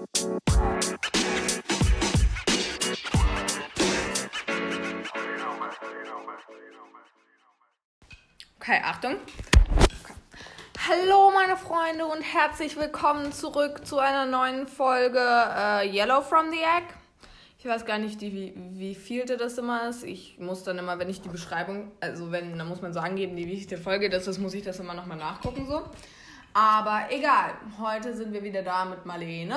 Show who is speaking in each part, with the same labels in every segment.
Speaker 1: Okay, Achtung. Okay. Hallo meine Freunde und herzlich willkommen zurück zu einer neuen Folge Yellow from the Egg. Ich weiß gar nicht, wie vielte das immer ist. Ich muss dann immer, wenn ich die Beschreibung, dann muss man so angeben, wie wichtig die Folge ist, muss ich das immer nochmal nachgucken so. Aber egal, heute sind wir wieder da mit Marlene.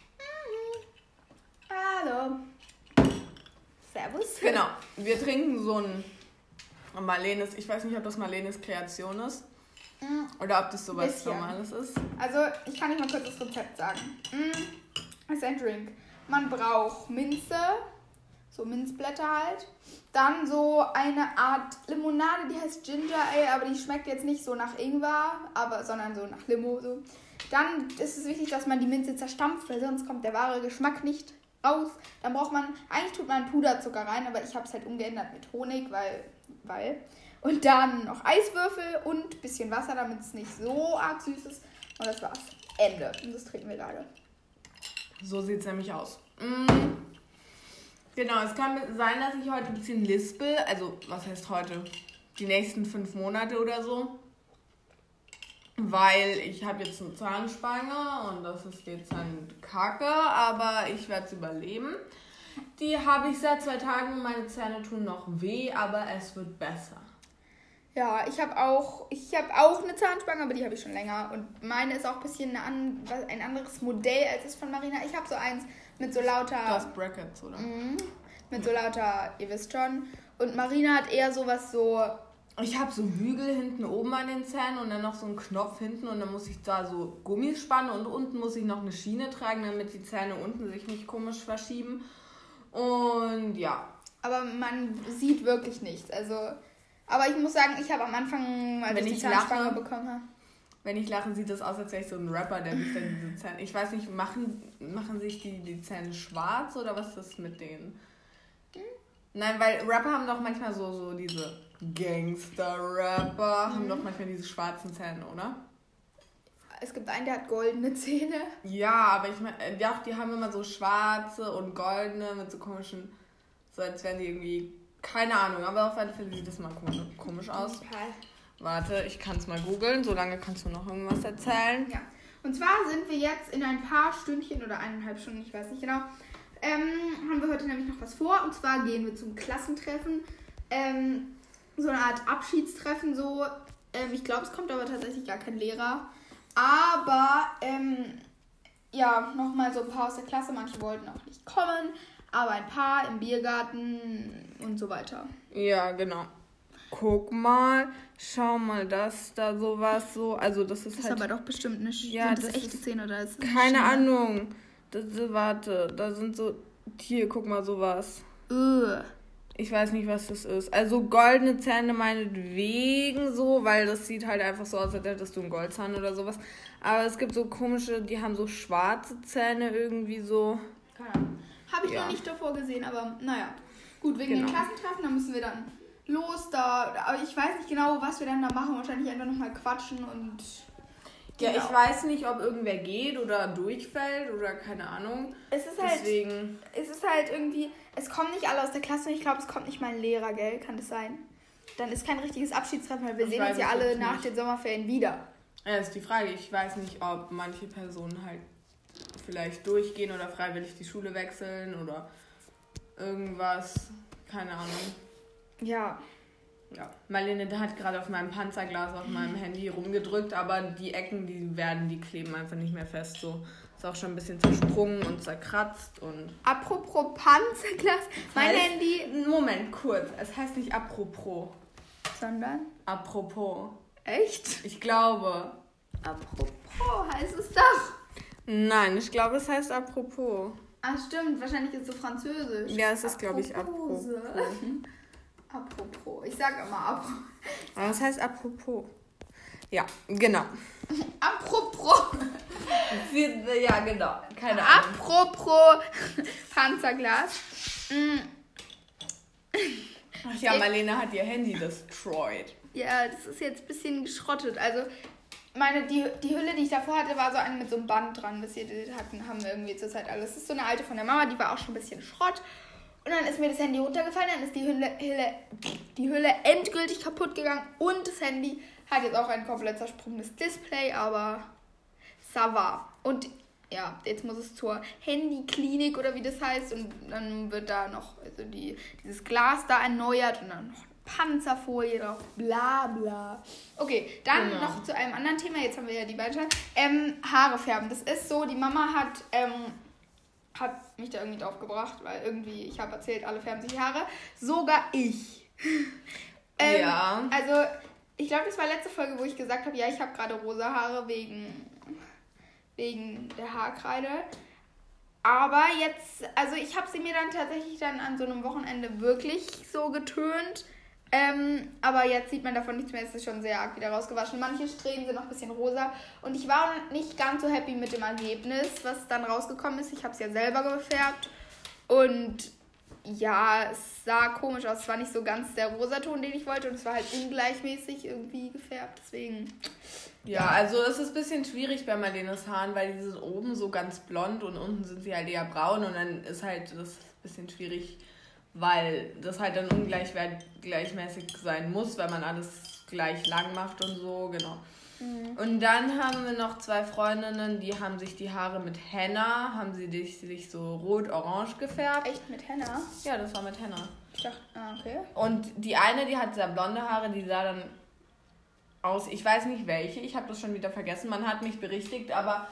Speaker 2: Hallo. Servus.
Speaker 1: Genau, wir trinken so ein Marlenes, ich weiß nicht, ob das Marlenes Kreation ist oder ob das sowas Normales ist.
Speaker 2: Also, ich kann nicht mal kurz das Rezept sagen. Das ist ein Drink. Man braucht Minze, so Minzblätter halt. Dann so eine Art Limonade, die heißt Ginger Ale, aber die schmeckt jetzt nicht so nach Ingwer, sondern so nach Limo. So. Dann ist es wichtig, dass man die Minze zerstampft, weil sonst kommt der wahre Geschmack nicht raus. Dann eigentlich tut man Puderzucker rein, aber ich habe es halt umgeändert mit Honig, weil. Und dann noch Eiswürfel und ein bisschen Wasser, damit es nicht so arg süß ist. Und das war's. Ende. Und das trinken wir gerade.
Speaker 1: So sieht es nämlich aus. Genau, es kann sein, dass ich heute ein bisschen lispel. Also, was heißt heute? Die nächsten 5 Monate oder so. Weil ich habe jetzt eine Zahnspange und das ist dezent kacke, aber ich werde es überleben. Die habe ich seit 2 Tagen. Meine Zähne tun noch weh, aber es wird besser.
Speaker 2: Ja, ich habe auch eine Zahnspange, aber die habe ich schon länger. Und meine ist auch ein bisschen ein anderes Modell als das von Marina. Ich habe so eins mit so lauter...
Speaker 1: Du hast Brackets, oder?
Speaker 2: Mit so lauter, ihr wisst schon. Und Marina hat eher sowas so...
Speaker 1: Ich habe so Hügel hinten oben an den Zähnen und dann noch so einen Knopf hinten und dann muss ich da so Gummis spannen und unten muss ich noch eine Schiene tragen, damit die Zähne unten sich nicht komisch verschieben. Und ja.
Speaker 2: Aber man sieht wirklich nichts. Also, aber ich muss sagen, ich habe am Anfang, als ich die Zahnspange bekommen habe.
Speaker 1: Wenn ich lache, sieht das aus, als wäre ich so ein Rapper, der sich dann diese Zähne... Ich weiß nicht, machen sich die Zähne schwarz oder was ist das mit denen? Nein, weil Rapper haben doch manchmal so diese Gangster-Rapper, haben doch manchmal diese schwarzen Zähne, oder?
Speaker 2: Es gibt einen, der hat goldene Zähne.
Speaker 1: Ja, aber ich meine, die haben immer so schwarze und goldene mit so komischen, so als wären die irgendwie, keine Ahnung, aber auf jeden Fall sieht das mal komisch aus.
Speaker 2: Okay.
Speaker 1: Warte, ich kann es mal googeln, solange kannst du noch irgendwas erzählen.
Speaker 2: Ja, und zwar sind wir jetzt in ein paar Stündchen oder 1,5 Stunden, ich weiß nicht genau, haben wir heute nämlich noch was vor. Und zwar gehen wir zum Klassentreffen, so eine Art Abschiedstreffen, so. Ich glaube, es kommt aber tatsächlich gar kein Lehrer. Aber, nochmal so ein paar aus der Klasse. Manche wollten auch nicht kommen, aber ein paar im Biergarten und so weiter.
Speaker 1: Ja, genau. Guck mal, schau mal, das da sowas so. Also, das ist
Speaker 2: das
Speaker 1: halt...
Speaker 2: ist aber doch bestimmt eine
Speaker 1: ja,
Speaker 2: sind das echte Zähne oder ist das
Speaker 1: keine Ahnung. Warte, da sind so... Hier, guck mal, sowas. Ich weiß nicht, was das ist. Also goldene Zähne meinetwegen so, weil das sieht halt einfach so aus, als hättest du einen Goldzahn oder sowas. Aber es gibt so komische, die haben so schwarze Zähne irgendwie so.
Speaker 2: Keine Ahnung. Habe ich noch nicht davor gesehen, aber naja. Gut, wegen den Klassentreffen, da müssen wir dann los da. Aber ich weiß nicht genau, was wir dann da machen. Wahrscheinlich einfach nochmal quatschen und...
Speaker 1: Ja, ich weiß nicht, ob irgendwer geht oder durchfällt oder keine Ahnung.
Speaker 2: Es ist halt irgendwie, es kommen nicht alle aus der Klasse und ich glaube, es kommt nicht mal ein Lehrer, gell? Kann das sein? Dann ist kein richtiges Abschiedstreffen, weil wir sehen uns ja alle nach den Sommerferien wieder.
Speaker 1: Ja, das ist die Frage. Ich weiß nicht, ob manche Personen halt vielleicht durchgehen oder freiwillig die Schule wechseln oder irgendwas. Keine Ahnung.
Speaker 2: Ja.
Speaker 1: Ja, Marlene hat gerade auf meinem Panzerglas auf meinem Handy rumgedrückt, aber die Ecken, die kleben einfach nicht mehr fest. So ist auch schon ein bisschen zersprungen und zerkratzt und.
Speaker 2: Apropos Panzerglas, mein Handy.
Speaker 1: Moment, kurz. Es heißt nicht apropos.
Speaker 2: Sondern?
Speaker 1: Apropos.
Speaker 2: Echt?
Speaker 1: Ich glaube.
Speaker 2: Apropos heißt es doch.
Speaker 1: Nein, ich glaube, es heißt apropos.
Speaker 2: Ah, stimmt. Wahrscheinlich ist es so französisch.
Speaker 1: Ja, es ist, glaube ich, apropos.
Speaker 2: Apropos. Ich sag immer apropos.
Speaker 1: Aber es heißt apropos. Ja, genau.
Speaker 2: Apropos.
Speaker 1: Ja, genau. Keine Ahnung.
Speaker 2: Apropos Panzerglas.
Speaker 1: Ach ja, Marlene hat ihr Handy destroyed.
Speaker 2: Ja, das ist jetzt ein bisschen geschrottet. Also, die Hülle, die ich davor hatte, war so eine mit so einem Band dran. Bis hier haben wir irgendwie zurzeit alles. Das ist so eine alte von der Mama, die war auch schon ein bisschen Schrott. Und dann ist mir das Handy runtergefallen, dann ist die Hülle endgültig kaputt gegangen und das Handy hat jetzt auch ein komplett zersprungenes Display, aber ça va. Und ja, jetzt muss es zur Handyklinik oder wie das heißt und dann wird da noch dieses Glas da erneuert und dann noch Panzerfolie drauf, bla bla. Okay, dann noch zu einem anderen Thema, jetzt haben wir ja die beiden schon. Haare färben, das ist so, die Mama hat mich da irgendwie drauf gebracht, weil irgendwie, ich habe erzählt, alle färben sich die Haare. Sogar ich.
Speaker 1: Ja.
Speaker 2: Also, ich glaube, das war letzte Folge, wo ich gesagt habe, ja, ich habe gerade rosa Haare wegen der Haarkreide. Aber jetzt, also ich habe sie mir dann tatsächlich dann an so einem Wochenende wirklich so getönt. Aber jetzt sieht man davon nichts mehr, es ist schon sehr arg wieder rausgewaschen. Manche Strähnen sind noch ein bisschen rosa und ich war nicht ganz so happy mit dem Ergebnis, was dann rausgekommen ist. Ich habe es ja selber gefärbt und ja, es sah komisch aus. Es war nicht so ganz der Rosaton, den ich wollte und es war halt ungleichmäßig irgendwie gefärbt, deswegen...
Speaker 1: Ja, also es ist ein bisschen schwierig bei Marlenes Haaren, weil die sind oben so ganz blond und unten sind sie halt eher braun und dann ist halt das ein bisschen schwierig, weil das halt dann gleichmäßig sein muss, weil man alles gleich lang macht und so, genau. Mhm. Und dann haben wir noch 2 Freundinnen, die haben sich die Haare mit Henna, haben sie sich so rot-orange gefärbt.
Speaker 2: Echt mit Henna?
Speaker 1: Ja, das war mit Henna.
Speaker 2: Ich dachte, okay.
Speaker 1: Und die eine, die hat sehr blonde Haare, die sah dann aus, ich weiß nicht welche, ich habe das schon wieder vergessen, man hat mich berichtigt, aber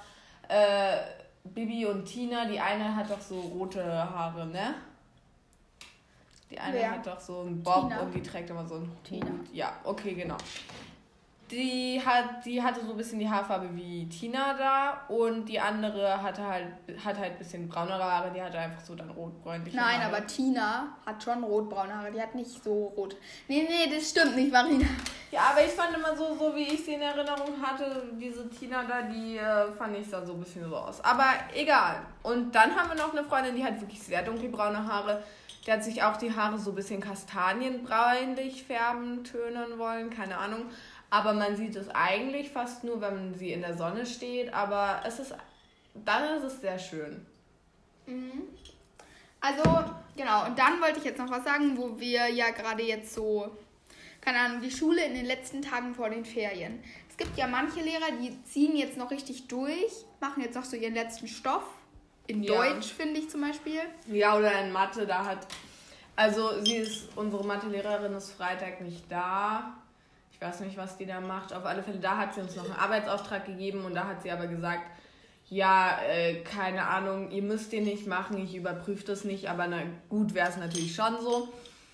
Speaker 1: Bibi und Tina, die eine hat doch so rote Haare, ne? Die eine hat doch so einen Bob Tina. Und die trägt immer so einen
Speaker 2: Tina.
Speaker 1: Hut. Ja, okay, genau. Die hatte so ein bisschen die Haarfarbe wie Tina da und die andere hat halt ein bisschen braunere Haare, die hatte einfach so dann rotbräunliche Haare.
Speaker 2: Nein, aber Tina hat schon rotbraune Haare, die hat nicht so rot. Nee, das stimmt nicht, Marina.
Speaker 1: Ja, aber ich fand immer so wie ich sie in Erinnerung hatte, diese Tina da, die fand ich sah so ein bisschen so aus. Aber egal. Und dann haben wir noch eine Freundin, die hat wirklich sehr dunkelbraune Haare. Die hat sich auch die Haare so ein bisschen kastanienbräunlich färben, tönen wollen, keine Ahnung. Aber man sieht es eigentlich fast nur, wenn sie in der Sonne steht. Aber dann ist es sehr schön.
Speaker 2: Mhm. Also, genau. Und dann wollte ich jetzt noch was sagen, wo wir ja gerade jetzt so, keine Ahnung, die Schule in den letzten Tagen vor den Ferien. Es gibt ja manche Lehrer, die ziehen jetzt noch richtig durch, machen jetzt noch so ihren letzten Stoff. In Deutsch, finde ich zum Beispiel. Ja,
Speaker 1: oder in Mathe, unsere Mathelehrerin ist Freitag nicht da. Ich weiß nicht, was die da macht. Auf alle Fälle, da hat sie uns noch einen Arbeitsauftrag gegeben und da hat sie aber gesagt, ja, keine Ahnung, ihr müsst den nicht machen, ich überprüfe das nicht, aber na gut wäre es natürlich schon so.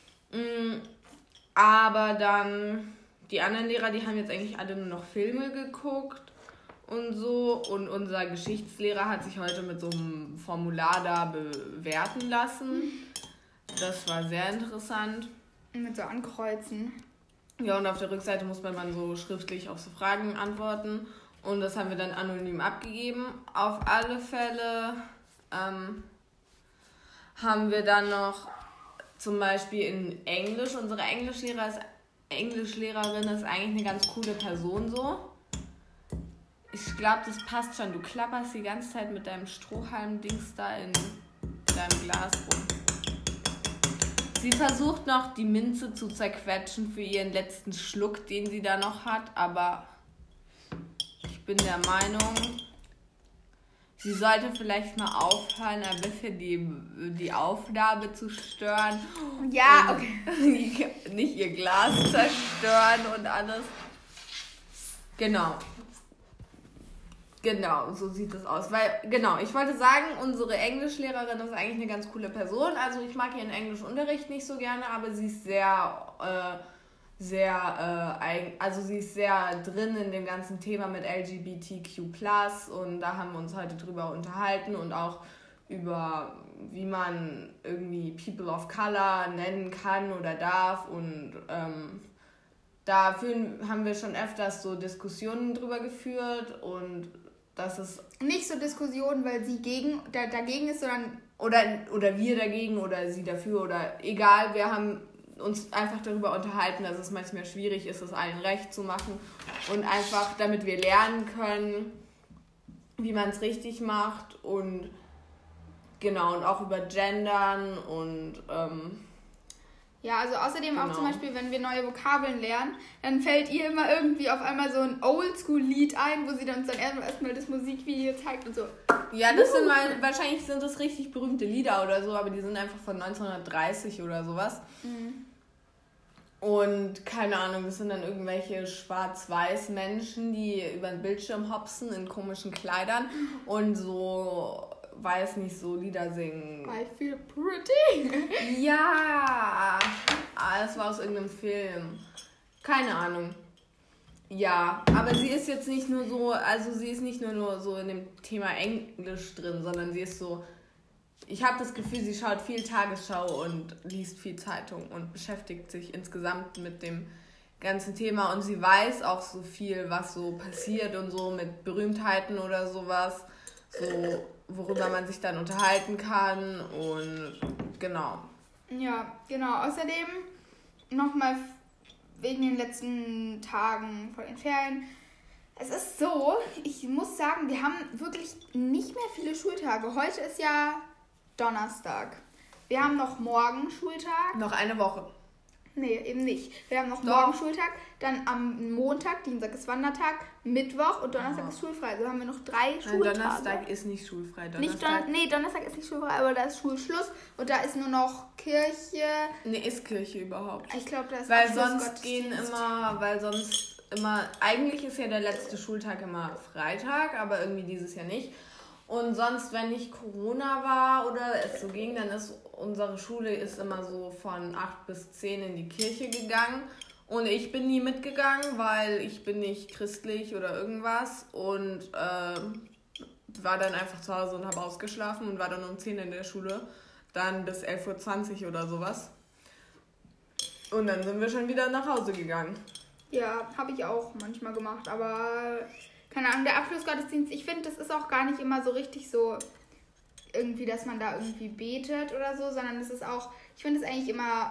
Speaker 1: Aber dann, die anderen Lehrer, die haben jetzt eigentlich alle nur noch Filme geguckt und so. Und unser Geschichtslehrer hat sich heute mit so einem Formular da bewerten lassen. Das war sehr interessant.
Speaker 2: Mit so Ankreuzen.
Speaker 1: Ja, und auf der Rückseite muss man dann so schriftlich auf so Fragen antworten. Und das haben wir dann anonym abgegeben. Auf alle Fälle haben wir dann noch zum Beispiel in Englisch. Unsere Englischlehrerin ist eigentlich eine ganz coole Person so. Ich glaube, das passt schon. Du klapperst die ganze Zeit mit deinem Strohhalm-Dings da in deinem Glas rum. Sie versucht noch, die Minze zu zerquetschen für ihren letzten Schluck, den sie da noch hat, aber ich bin der Meinung, sie sollte vielleicht mal aufhören, ein bisschen die Aufnahme zu stören.
Speaker 2: Ja, okay.
Speaker 1: Nicht ihr Glas zerstören und alles. Genau, so sieht es aus. Weil, ich wollte sagen, unsere Englischlehrerin ist eigentlich eine ganz coole Person. Also ich mag ihren Englischunterricht nicht so gerne, aber sie ist sie ist sehr drin in dem ganzen Thema mit LGBTQ+. Und da haben wir uns heute drüber unterhalten und auch über, wie man irgendwie People of Color nennen kann oder darf. Und dafür haben wir schon öfters so Diskussionen drüber geführt und das ist
Speaker 2: nicht so Diskussionen, weil sie dagegen ist, sondern
Speaker 1: oder wir dagegen oder sie dafür oder egal, wir haben uns einfach darüber unterhalten, dass es manchmal schwierig ist, es allen recht zu machen. Und einfach, damit wir lernen können, wie man es richtig macht. Und genau, und auch über Gendern und
Speaker 2: ja, also außerdem
Speaker 1: genau.
Speaker 2: Auch zum Beispiel, wenn wir neue Vokabeln lernen, dann fällt ihr immer irgendwie auf einmal so ein Oldschool-Lied ein, wo sie uns dann erstmal das Musikvideo zeigt und so.
Speaker 1: Ja, das sind wahrscheinlich sind das richtig berühmte Lieder oder so, aber die sind einfach von 1930 oder sowas.
Speaker 2: Mhm.
Speaker 1: Und keine Ahnung, das sind dann irgendwelche schwarz-weiß Menschen, die über den Bildschirm hopsen in komischen Kleidern und so, weiß nicht, so Lieder singen.
Speaker 2: I feel pretty.
Speaker 1: Ja, das war aus irgendeinem Film. Keine Ahnung. Ja, aber sie ist jetzt nicht nur so, also sie ist nicht nur so in dem Thema Englisch drin, sondern sie ist so, ich habe das Gefühl, sie schaut viel Tagesschau und liest viel Zeitung und beschäftigt sich insgesamt mit dem ganzen Thema und sie weiß auch so viel, was so passiert und so mit Berühmtheiten oder sowas, so worüber man sich dann unterhalten kann und genau.
Speaker 2: Ja, genau. Außerdem nochmal wegen den letzten Tagen vor den Ferien. Es ist so, ich muss sagen, wir haben wirklich nicht mehr viele Schultage. Heute ist ja Donnerstag. Wir haben noch morgen Schultag.
Speaker 1: Noch eine Woche.
Speaker 2: Nee, eben nicht. Wir haben noch
Speaker 1: Doch.
Speaker 2: morgen Schultag, dann am Montag, Dienstag ist Wandertag, Mittwoch und Donnerstag ist schulfrei. Also haben wir noch 3 Schultage.
Speaker 1: Nein, Donnerstag ist nicht schulfrei.
Speaker 2: Donnerstag ist nicht schulfrei, aber da ist Schulschluss und da ist nur noch Kirche.
Speaker 1: Nee, ist Kirche überhaupt.
Speaker 2: Ich glaube, da ist
Speaker 1: Weil sonst immer, eigentlich ist ja der letzte Schultag immer Freitag, aber irgendwie dieses Jahr nicht. Und sonst, wenn nicht Corona war oder es so ging, dann ist unsere Schule ist immer so von 8 bis 10 in die Kirche gegangen. Und ich bin nie mitgegangen, weil ich bin nicht christlich oder irgendwas. Und war dann einfach zu Hause und habe ausgeschlafen und war dann um 10 in der Schule. Dann bis 11:20 Uhr oder sowas. Und dann sind wir schon wieder nach Hause gegangen.
Speaker 2: Ja, habe ich auch manchmal gemacht, aber keine Ahnung, der Abschlussgottesdienst, ich finde, das ist auch gar nicht immer so richtig so irgendwie, dass man da irgendwie betet oder so, sondern das ist auch, ich finde es eigentlich immer,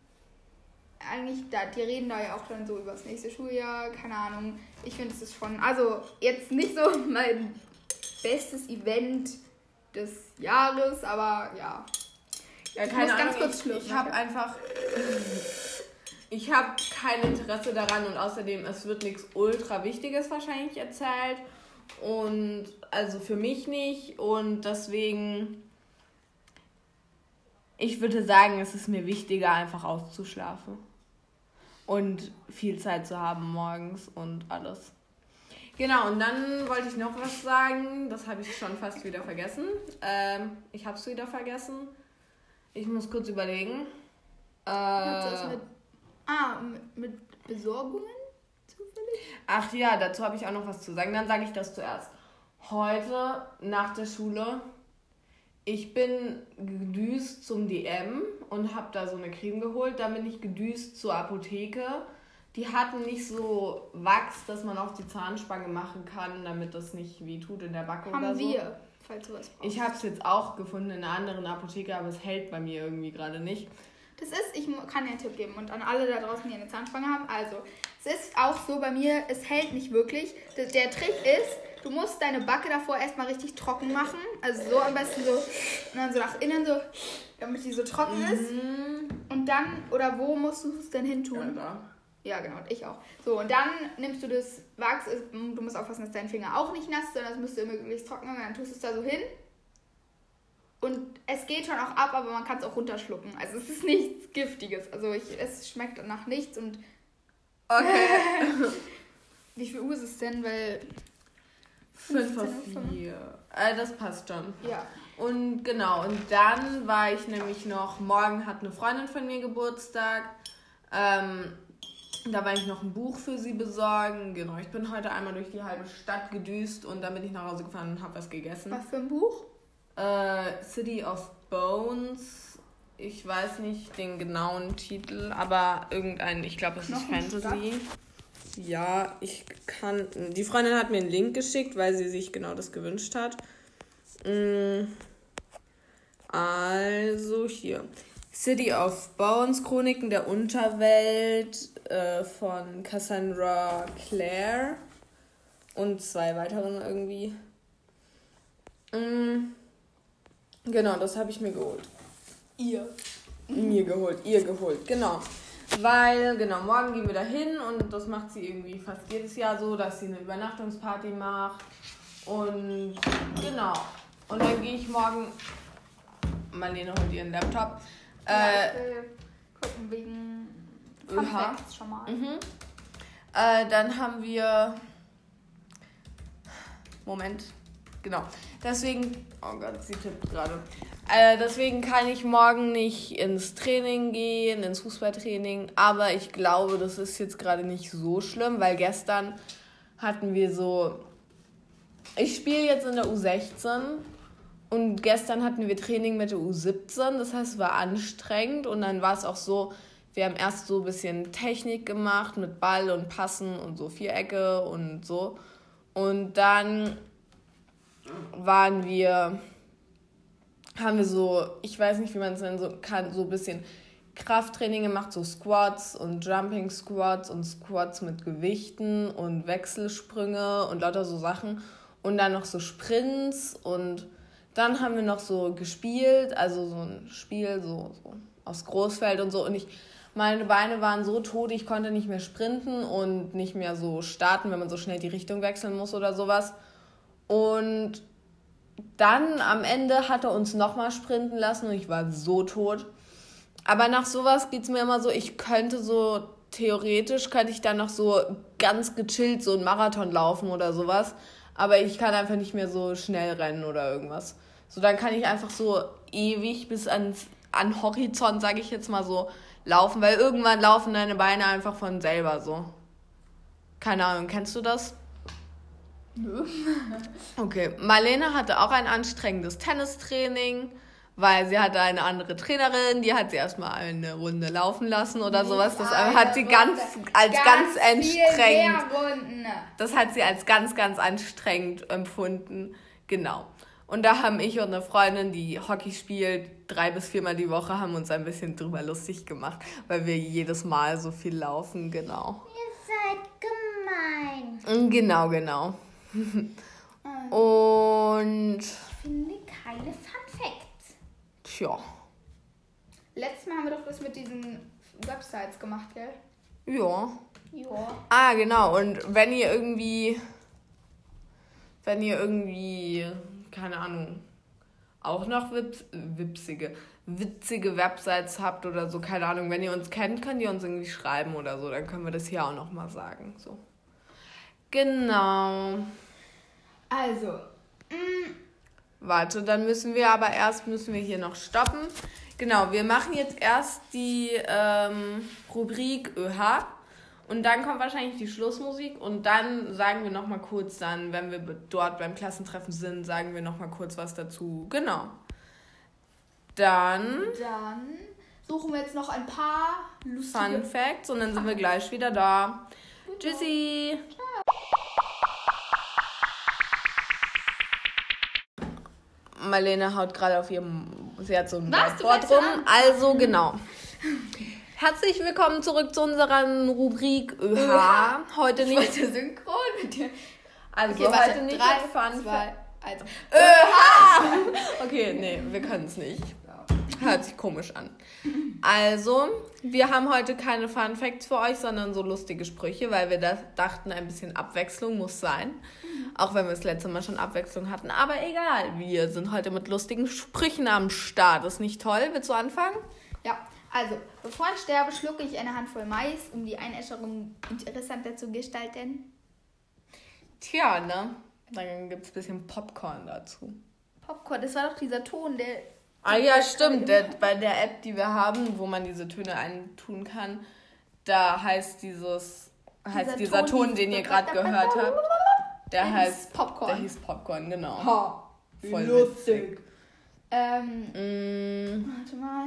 Speaker 2: die reden da ja auch dann so über das nächste Schuljahr, keine Ahnung, ich finde es ist schon, also jetzt nicht so mein bestes Event des Jahres, aber ja.
Speaker 1: Ja, keine Ahnung, ich habe kein Interesse daran und außerdem, es wird nichts ultra Wichtiges wahrscheinlich erzählt und also für mich nicht und deswegen, ich würde sagen, es ist mir wichtiger, einfach auszuschlafen und viel Zeit zu haben morgens und alles. Genau, und dann wollte ich noch was sagen, das habe ich schon fast wieder vergessen. Ich habe es wieder vergessen. Ich muss kurz überlegen.
Speaker 2: Mit Besorgungen zufällig?
Speaker 1: Ach ja, dazu habe ich auch noch was zu sagen. Dann sage ich das zuerst. Heute nach der Schule, ich bin gedüst zum DM und habe da so eine Creme geholt. Dann bin ich gedüst zur Apotheke. Die hatten nicht so Wachs, dass man auf die Zahnspange machen kann, damit das nicht wehtut in der Backe oder so.
Speaker 2: Haben wir, falls du was brauchst.
Speaker 1: Ich habe es jetzt auch gefunden in einer anderen Apotheke, aber es hält bei mir irgendwie gerade nicht.
Speaker 2: Das ist, ich kann dir einen Tipp geben und an alle da draußen, die eine Zahnspange haben. Also, es ist auch so bei mir, es hält nicht wirklich. Der Trick ist, du musst deine Backe davor erstmal richtig trocken machen. Also so am besten so, und dann so nach innen so, damit die so trocken ist. Und dann, oder wo musst du es denn hin tun? Ja, genau, und ich auch. So, und dann nimmst du das Wachs, du musst aufpassen, dass dein Finger auch nicht nass ist, sondern das müsste immer möglichst trocken sein. Dann tust du es da so hin. Und es geht schon auch ab, aber man kann es auch runterschlucken. Also es ist nichts Giftiges. Also es schmeckt nach nichts und...
Speaker 1: Okay.
Speaker 2: Wie viel Uhr ist es denn? Weil...
Speaker 1: 5:04. Das passt schon.
Speaker 2: Ja.
Speaker 1: Und genau, und dann war ich nämlich noch... Morgen hat eine Freundin von mir Geburtstag. Da war ich noch ein Buch für sie besorgen. Genau, ich bin heute einmal durch die halbe Stadt gedüst und dann bin ich nach Hause gefahren und habe was gegessen.
Speaker 2: Was für ein Buch?
Speaker 1: City of Bones. Ich weiß nicht den genauen Titel, aber ich glaube, es ist Fantasy. Ja, die Freundin hat mir einen Link geschickt, weil sie sich genau das gewünscht hat. Also hier. City of Bones, Chroniken der Unterwelt von Cassandra Clare und 2 weiteren irgendwie. Genau, das habe ich mir geholt. Ihr geholt, genau. Weil, genau, morgen gehen wir da hin und das macht sie irgendwie fast jedes Jahr so, dass sie eine Übernachtungsparty macht. Und genau. Und dann gehe ich morgen. Marlene holt ihren Laptop.
Speaker 2: Ich will gucken wegen Fun Facts schon mal.
Speaker 1: Dann haben wir. Moment. Genau. Deswegen. Oh Gott, sie tippt gerade. Deswegen kann ich morgen nicht ins Training gehen, ins Fußballtraining. Aber ich glaube, das ist jetzt gerade nicht so schlimm, weil gestern hatten wir so. Ich spiele jetzt in der U16 und gestern hatten wir Training mit der U17. Das heißt, es war anstrengend und dann war es auch so, wir haben erst so ein bisschen Technik gemacht mit Ball und Passen und so Vierecke und so. Und dann haben wir so, ich weiß nicht, wie man es nennen so kann, so ein bisschen Krafttraining gemacht, so Squats und Jumping Squats und Squats mit Gewichten und Wechselsprünge und lauter so Sachen. Und dann noch so Sprints und dann haben wir noch so gespielt, also so ein Spiel so aus Großfeld und so. Und meine Beine waren so tot, ich konnte nicht mehr sprinten und nicht mehr so starten, wenn man so schnell die Richtung wechseln muss oder sowas. Und dann am Ende hat er uns nochmal sprinten lassen und ich war so tot. Aber nach sowas geht es mir immer so, theoretisch könnte ich dann noch so ganz gechillt so einen Marathon laufen oder sowas. Aber ich kann einfach nicht mehr so schnell rennen oder irgendwas. So, dann kann ich einfach so ewig bis an Horizont, sage ich jetzt mal so, laufen. Weil irgendwann laufen deine Beine einfach von selber so. Keine Ahnung, kennst du das? Nö. Okay, Marlene hatte auch ein anstrengendes Tennistraining, weil sie hatte eine andere Trainerin, die hat sie erstmal eine Runde laufen lassen oder sowas. Das hat sie ganz anstrengend. Das hat sie als ganz, ganz anstrengend empfunden. Genau. Und da haben ich und eine Freundin, die Hockey spielt, 3 bis 4 Mal die Woche, haben uns ein bisschen drüber lustig gemacht, weil wir jedes Mal so viel laufen, genau.
Speaker 3: Ihr seid gemein.
Speaker 1: Genau. Und
Speaker 3: Ich finde keine Fun Facts.
Speaker 1: tja.
Speaker 2: Letztes Mal haben wir doch das mit diesen Websites gemacht, gell?
Speaker 1: Ja.
Speaker 2: Ja.
Speaker 1: Genau. Und wenn ihr irgendwie, keine Ahnung, auch noch witzige Websites habt oder so, keine Ahnung, wenn ihr uns kennt, könnt ihr uns irgendwie schreiben oder so, dann können wir das hier auch nochmal sagen. So. Genau.
Speaker 2: Also.
Speaker 1: Warte, dann müssen wir hier noch stoppen. Genau, wir machen jetzt erst die Rubrik ÖH und dann kommt wahrscheinlich die Schlussmusik und dann sagen wir nochmal kurz dann, wenn wir dort beim Klassentreffen sind, sagen wir nochmal kurz was dazu. Genau. Dann
Speaker 2: Suchen wir jetzt noch ein paar lustige
Speaker 1: Fun Facts und dann sind wir gleich wieder da. Tschüssi. Marlene haut gerade sie hat so ein Whiteboard rum. Also genau. Herzlich willkommen zurück zu unserer Rubrik ÖH. Heute nicht.
Speaker 2: Ich wollte synchron mit dir.
Speaker 1: Also
Speaker 2: Okay, warte,
Speaker 1: heute nicht
Speaker 2: 3,
Speaker 1: mit Fun
Speaker 2: 2, 1.
Speaker 1: Okay, nee, wir können es nicht. Hört sich komisch an. Also, wir haben heute keine Fun Facts für euch, sondern so lustige Sprüche, weil wir dachten, ein bisschen Abwechslung muss sein. Auch wenn wir das letzte Mal schon Abwechslung hatten. Aber egal, wir sind heute mit lustigen Sprüchen am Start. Ist nicht toll? Willst du anfangen?
Speaker 2: Ja, also, bevor ich sterbe, schlucke ich eine Handvoll Mais, um die Einäscherung interessanter zu gestalten.
Speaker 1: Tja, ne? Dann gibt es ein bisschen Popcorn dazu.
Speaker 2: Popcorn, das war doch dieser Ton, der...
Speaker 1: Ah ja, stimmt. Bei der App, die wir haben, wo man diese Töne eintun kann, da heißt dieser Ton, den ihr gerade gehört habt, der heißt
Speaker 2: Popcorn.
Speaker 1: Der hieß Popcorn, genau.
Speaker 2: Ha,
Speaker 1: voll
Speaker 2: lustig.
Speaker 1: Mm,
Speaker 2: Warte mal.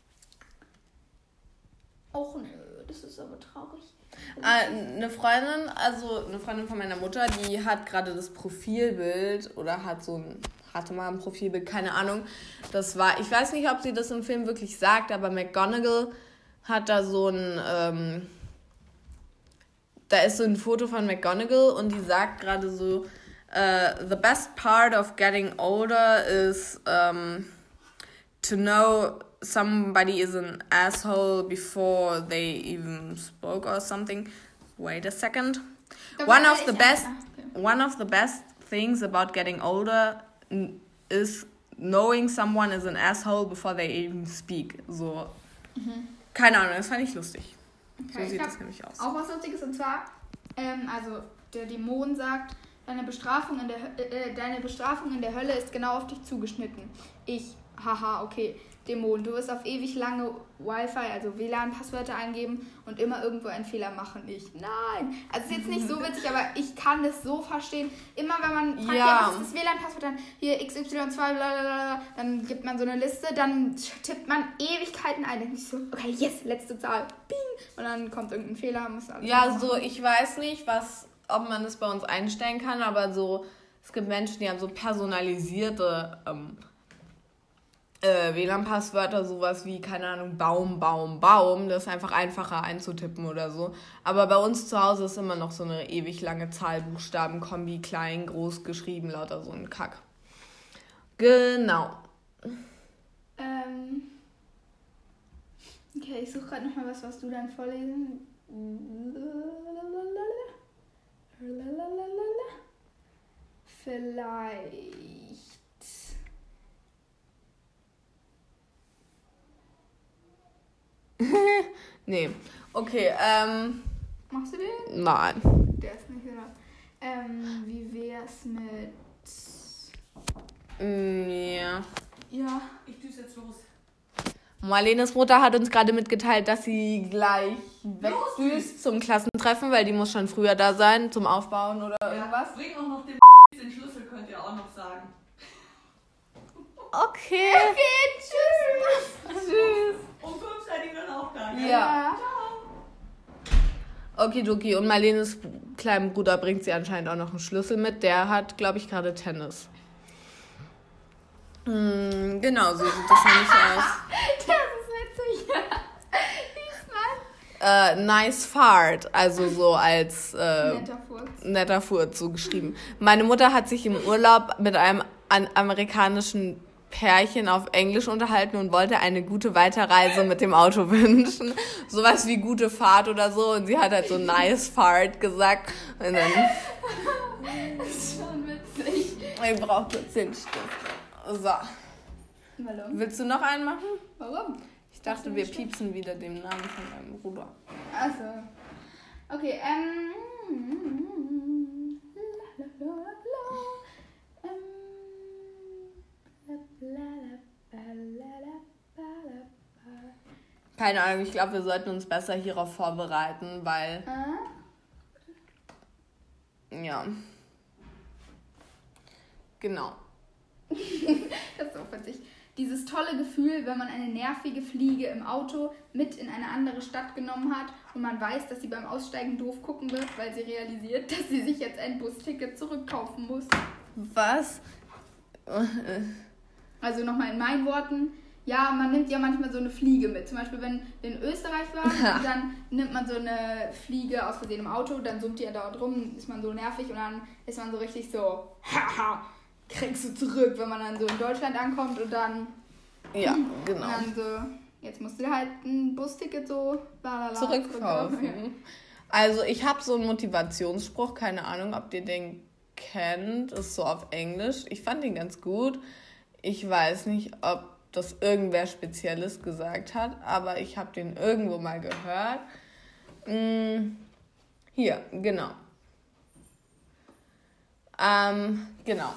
Speaker 2: Och nö, das ist aber traurig.
Speaker 1: eine Freundin von meiner Mutter, die hat gerade das Profilbild oder hat so ein hatte mal ein Profilbild, keine Ahnung. Das war, ich weiß nicht, ob sie das im Film wirklich sagt, aber McGonagall hat da so ein, da ist so ein Foto von McGonagall und die sagt gerade so, the best part of getting older is to know somebody is an asshole before they even spoke or something. Wait a second. One of the best things about getting older is knowing someone is an asshole before they even speak. So, keine Ahnung, das fand ich lustig.
Speaker 2: Okay,
Speaker 1: So sieht das nämlich aus.
Speaker 2: Auch was Lustiges, und zwar, also der Dämon sagt, deine Bestrafung in der Hölle ist genau auf dich zugeschnitten. Haha, okay, Dämon, du wirst auf ewig lange Wi-Fi, also WLAN-Passwörter eingeben und immer irgendwo einen Fehler machen. Nein! Also es ist jetzt nicht so witzig, aber ich kann das so verstehen. Immer wenn man fragt, was ist das WLAN-Passwort, dann hier XY2, blablabla, dann gibt man so eine Liste, dann tippt man Ewigkeiten ein. Dann ist so, okay, yes, letzte Zahl, bing! Und dann kommt irgendein Fehler.
Speaker 1: Ich weiß nicht, ob man das bei uns einstellen kann, aber so, es gibt Menschen, die haben so personalisierte WLAN-Passwörter, sowas wie, keine Ahnung, Baum, das ist einfach einfacher einzutippen oder so. Aber bei uns zu Hause ist immer noch so eine ewig lange Zahlbuchstaben-Kombi, klein, groß geschrieben, lauter so ein Kack. Genau.
Speaker 2: Okay, ich suche gerade nochmal was du dann vorlesen. Vielleicht.
Speaker 1: Nee. Okay,
Speaker 2: Machst du den?
Speaker 1: Nein.
Speaker 2: Der ist nicht genau. Wie wär's mit.
Speaker 1: Ja.
Speaker 2: Ja.
Speaker 4: Ich düse jetzt los.
Speaker 1: Marlenes Mutter hat uns gerade mitgeteilt, dass sie gleich wegdüst zum Klassentreffen, weil die muss schon früher da sein, zum Aufbauen oder irgendwas.
Speaker 4: Bring auch noch den Schlüssel, könnt ihr auch noch sagen.
Speaker 1: Okay.
Speaker 2: Tschüss.
Speaker 1: Tschüss.
Speaker 4: Um 5 seid ihr dann auch da.
Speaker 1: Ja. Okidoki. Und Marlenes kleinen Bruder bringt sie anscheinend auch noch einen Schlüssel mit. Der hat, glaube ich, gerade Tennis. Genau, so sieht das nämlich aus.
Speaker 2: Das ist witzig. Diesmal.
Speaker 1: Nice fart. Also so als netter Furz so geschrieben. Meine Mutter hat sich im Urlaub mit einem amerikanischen Pärchen auf Englisch unterhalten und wollte eine gute Weiterreise mit dem Auto wünschen. Sowas wie gute Fahrt oder so. Und sie hat halt so nice fart gesagt. Und dann
Speaker 2: Das ist schon witzig.
Speaker 1: ich brauche kurz den Stift. So.
Speaker 2: Warum?
Speaker 1: Willst du noch einen machen?
Speaker 2: Warum?
Speaker 1: Ich dachte, wir piepsen wieder den Namen von meinem Bruder.
Speaker 2: Also. Okay,
Speaker 1: Keine Ahnung, ich glaube, wir sollten uns besser hierauf vorbereiten, weil... Ja. Genau.
Speaker 2: Das ist auch witzig. Dieses tolle Gefühl, wenn man eine nervige Fliege im Auto mit in eine andere Stadt genommen hat und man weiß, dass sie beim Aussteigen doof gucken wird, weil sie realisiert, dass sie sich jetzt ein Busticket zurückkaufen muss.
Speaker 1: Was?
Speaker 2: Also nochmal in meinen Worten, ja, man nimmt ja manchmal so eine Fliege mit. Zum Beispiel, wenn wir in Österreich waren, dann nimmt man so eine Fliege aus Versehen im Auto, dann summt die ja dort rum, ist man so nervig und dann ist man so richtig so, haha, kriegst du zurück, wenn man dann so in Deutschland ankommt und dann...
Speaker 1: Ja, genau.
Speaker 2: Und dann so, jetzt musst du halt ein Busticket so
Speaker 1: Zurückkaufen.
Speaker 2: Ja.
Speaker 1: Also ich habe so einen Motivationsspruch, keine Ahnung, ob ihr den kennt, ist so auf Englisch. Ich fand den ganz gut. Ich weiß nicht, ob das irgendwer Spezielles gesagt hat, aber ich habe den irgendwo mal gehört. Hier, genau. Genau.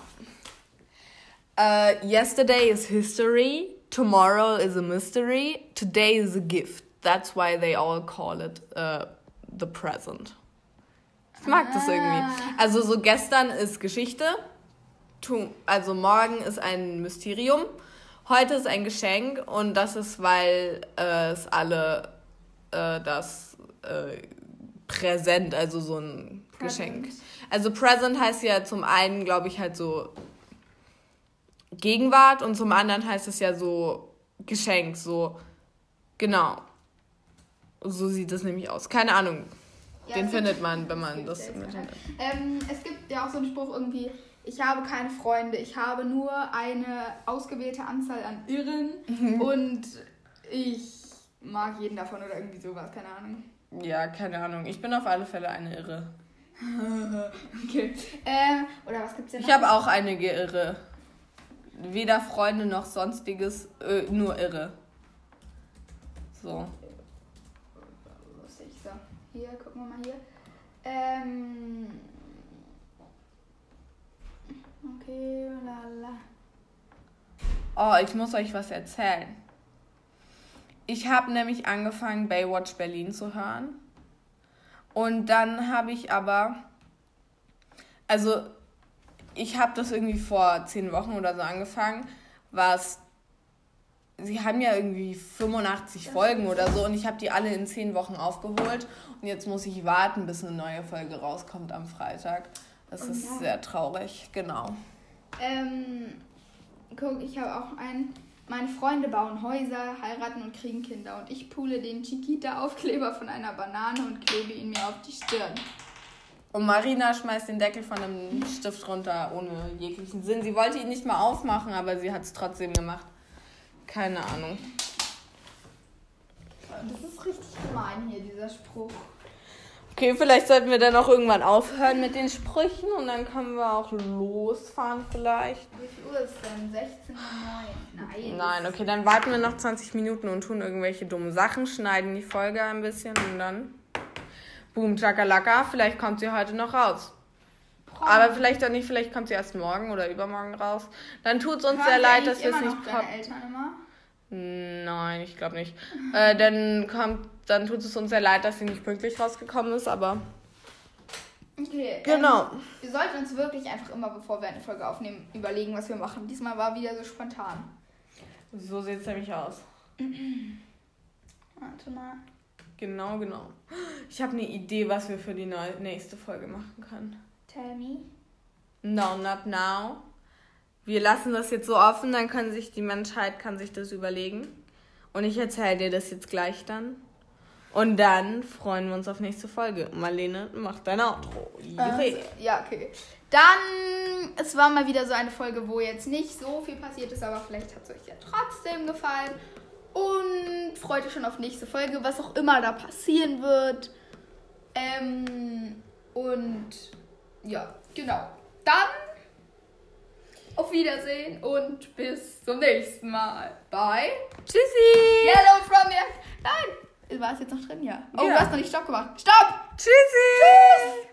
Speaker 1: Yesterday is history, tomorrow is a mystery, today is a gift. That's why they all call it the present. Ich mag das irgendwie. Also so gestern ist Geschichte, also morgen ist ein Mysterium, heute ist ein Geschenk und das ist, weil es alle das Präsent, also so ein Geschenk. Also Present heißt ja zum einen, glaube ich, halt so Gegenwart und zum anderen heißt es ja so Geschenk, so, genau. So sieht es nämlich aus. Keine Ahnung.
Speaker 2: Ja,
Speaker 1: Den
Speaker 2: es
Speaker 1: findet
Speaker 2: gibt-
Speaker 1: man, wenn man
Speaker 2: es
Speaker 1: das
Speaker 2: gibt
Speaker 1: im
Speaker 2: ja
Speaker 1: Internet.
Speaker 2: Es gibt ja auch so einen Spruch irgendwie, ich habe keine Freunde, ich habe nur eine ausgewählte Anzahl an Irren und ich mag jeden davon oder irgendwie sowas, keine Ahnung.
Speaker 1: Ja, keine Ahnung. Ich bin auf alle Fälle eine Irre.
Speaker 2: Okay. Oder was gibt's denn noch?
Speaker 1: Ich habe auch einige Irre. Weder Freunde noch sonstiges, nur Irre. So.
Speaker 2: Lustig, so. Hier, gucken wir mal hier. Okay, lala.
Speaker 1: Oh, ich muss euch was erzählen. Ich habe nämlich angefangen, Baywatch Berlin zu hören. Und dann habe ich aber... Also, ich habe das irgendwie vor 10 Wochen oder so angefangen, sie haben ja irgendwie 85 Folgen oder so und ich habe die alle in 10 Wochen aufgeholt und jetzt muss ich warten, bis eine neue Folge rauskommt am Freitag. Das ist
Speaker 2: ja.
Speaker 1: sehr traurig, genau.
Speaker 2: Guck, ich habe auch einen. Meine Freunde bauen Häuser, heiraten und kriegen Kinder und ich pule den Chiquita-Aufkleber von einer Banane und klebe ihn mir auf die Stirn.
Speaker 1: Und Marina schmeißt den Deckel von einem Stift runter, ohne jeglichen Sinn. Sie wollte ihn nicht mal aufmachen, aber sie hat es trotzdem gemacht. Keine Ahnung.
Speaker 2: Das ist richtig gemein hier, dieser Spruch.
Speaker 1: Okay, vielleicht sollten wir dann auch irgendwann aufhören mit den Sprüchen und dann können wir auch losfahren vielleicht.
Speaker 2: Wie viel Uhr ist denn? 16:09.
Speaker 1: Nein, okay, dann warten wir noch 20 Minuten und tun irgendwelche dummen Sachen, schneiden die Folge ein bisschen und dann... Boom, Chakalaka, vielleicht kommt sie heute noch raus. Aber vielleicht auch nicht, vielleicht kommt sie erst morgen oder übermorgen raus. Dann tut es uns sehr leid, dass wir es nicht
Speaker 2: deine Eltern immer?
Speaker 1: Nein, ich glaube nicht. Dann tut es uns sehr leid, dass sie nicht pünktlich rausgekommen ist, aber
Speaker 2: Okay.
Speaker 1: genau.
Speaker 2: Wir sollten uns wirklich einfach immer, bevor wir eine Folge aufnehmen, überlegen, was wir machen. Diesmal war wieder so spontan.
Speaker 1: So sieht es nämlich aus.
Speaker 2: Warte mal.
Speaker 1: Genau. Ich habe eine Idee, was wir für die nächste Folge machen können.
Speaker 2: Tell me.
Speaker 1: No, not now. Wir lassen das jetzt so offen, dann kann sich die Menschheit das überlegen. Und ich erzähle dir das jetzt gleich dann. Und dann freuen wir uns auf nächste Folge. Marlene, mach dein Outro.
Speaker 2: Ja, okay. Dann, es war mal wieder so eine Folge, wo jetzt nicht so viel passiert ist, aber vielleicht hat es euch ja trotzdem gefallen. Und freut euch schon auf nächste Folge, was auch immer da passieren wird. Und ja, genau. Dann auf Wiedersehen und bis zum nächsten Mal. Bye.
Speaker 1: Tschüssi.
Speaker 2: Yellow from the... Nein. War es jetzt noch drin? Ja. Oh,
Speaker 1: Ja.
Speaker 2: du hast noch nicht Stopp gemacht. Stopp!
Speaker 1: Tschüssi.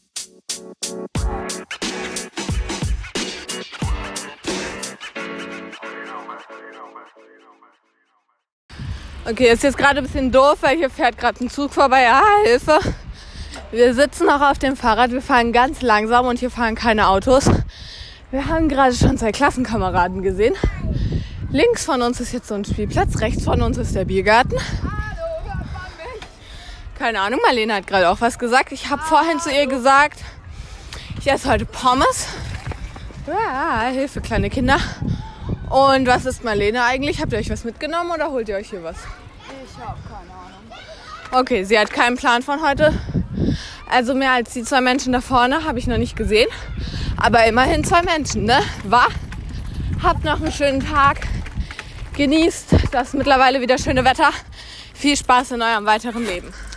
Speaker 1: Okay, ist jetzt gerade ein bisschen doof, weil hier fährt gerade ein Zug vorbei. Ah, Hilfe. Wir sitzen noch auf dem Fahrrad, wir fahren ganz langsam und hier fahren keine Autos. Wir haben gerade schon 2 Klassenkameraden gesehen. Links von uns ist jetzt so ein Spielplatz, rechts von uns ist der Biergarten.
Speaker 2: Hallo, hört man mich?
Speaker 1: Keine Ahnung, Marlene hat gerade auch was gesagt. Ich habe vorhin zu ihr gesagt, ich esse heute Pommes. Ja, Hilfe, kleine Kinder. Und was ist Marlene eigentlich? Habt ihr euch was mitgenommen oder holt ihr euch hier was?
Speaker 2: Ich habe keine Ahnung.
Speaker 1: Okay, sie hat keinen Plan von heute. Also mehr als die 2 Menschen da vorne habe ich noch nicht gesehen. Aber immerhin 2 Menschen, ne? Habt noch einen schönen Tag. Genießt das mittlerweile wieder schöne Wetter. Viel Spaß in eurem weiteren Leben.